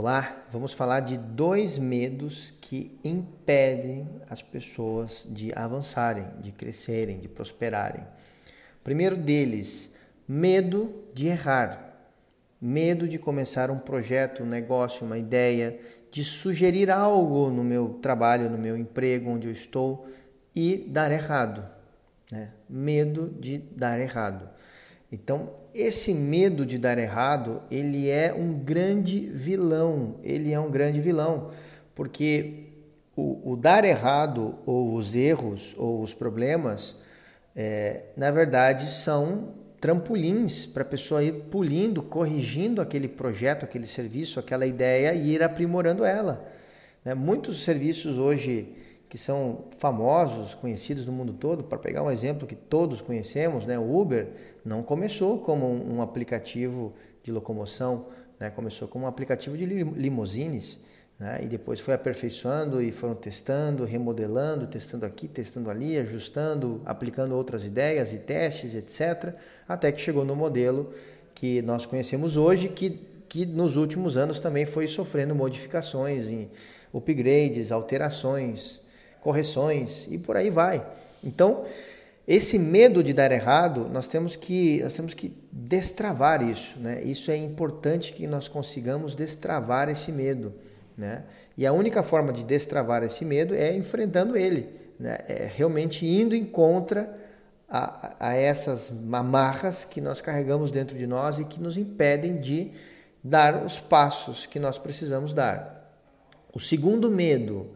Olá, vamos falar de 2 medos que impedem as pessoas de avançarem, de crescerem, de prosperarem. O primeiro deles, medo de errar, medo de começar um projeto, um negócio, uma ideia, de sugerir algo no meu trabalho, no meu emprego, onde eu estou e dar errado, né? Medo de dar errado. Então, esse medo de dar errado, ele é um grande vilão, porque o dar errado, ou os erros, ou os problemas, na verdade, são trampolins para a pessoa ir pulindo, corrigindo aquele projeto, aquele serviço, aquela ideia e ir aprimorando ela. Muitos serviços hoje que são famosos, conhecidos no mundo todo, para pegar um exemplo que todos conhecemos, o Uber não começou como um aplicativo de locomoção, começou como um aplicativo de limousines, e depois foi aperfeiçoando e foram testando, remodelando, testando aqui, testando ali, ajustando, aplicando outras ideias e testes, etc., até que chegou no modelo que nós conhecemos hoje, que nos últimos anos também foi sofrendo modificações, upgrades, alterações, correções e por aí vai. Então, esse medo de dar errado, nós temos que destravar isso, Isso é importante que nós consigamos destravar esse medo, E a única forma de destravar esse medo é enfrentando ele, É realmente indo em contra a essas amarras que nós carregamos dentro de nós e que nos impedem de dar os passos que nós precisamos dar. O segundo medo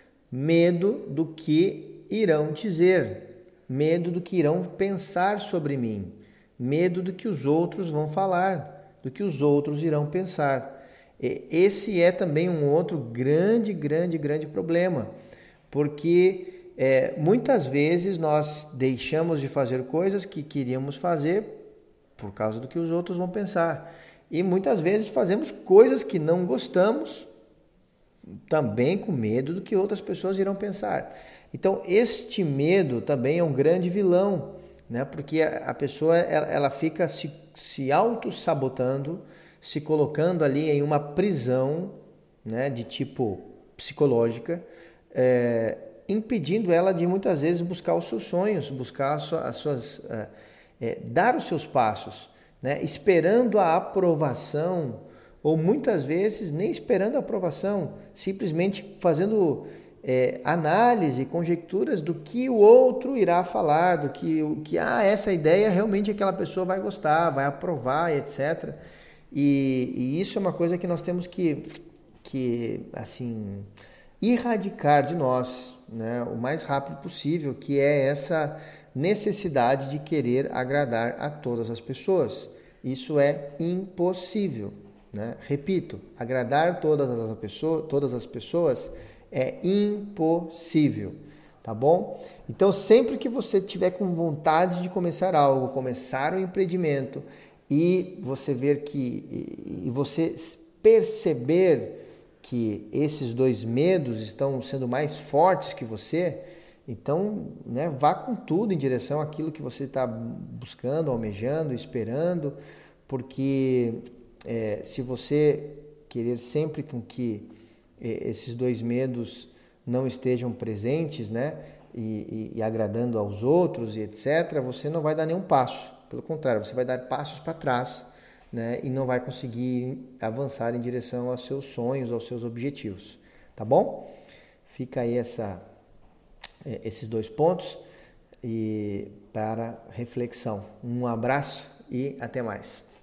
do que irão dizer, medo do que irão pensar sobre mim, medo do que os outros vão falar, do que os outros irão pensar. Esse é também um outro grande problema, porque muitas vezes nós deixamos de fazer coisas que queríamos fazer por causa do que os outros vão pensar. E muitas vezes fazemos coisas que não gostamos, também com medo do que outras pessoas irão pensar. Então, este medo também é um grande vilão, Porque a pessoa ela fica se auto-sabotando, se colocando ali em uma prisão, de tipo psicológica, impedindo ela de muitas vezes buscar os seus sonhos, buscar dar os seus passos, esperando a aprovação, ou muitas vezes nem esperando a aprovação, simplesmente fazendo análise, conjecturas do que o outro irá falar, do que essa ideia realmente aquela pessoa vai gostar, vai aprovar, etc. E isso é uma coisa que nós temos que erradicar de nós, o mais rápido possível, que é essa necessidade de querer agradar a todas as pessoas. Isso é impossível. Repito, agradar todas as pessoas é impossível, tá bom? Então, sempre que você tiver com vontade de começar algo, começar um empreendimento e você você perceber que esses 2 medos estão sendo mais fortes que você, então, vá com tudo em direção àquilo que você está buscando, almejando, esperando, porque se você querer sempre com que esses 2 medos não estejam presentes, e agradando aos outros e etc., você não vai dar nenhum passo. Pelo contrário, você vai dar passos para trás, e não vai conseguir avançar em direção aos seus sonhos, aos seus objetivos. Tá bom? Fica aí esses 2 pontos para reflexão. Um abraço e até mais.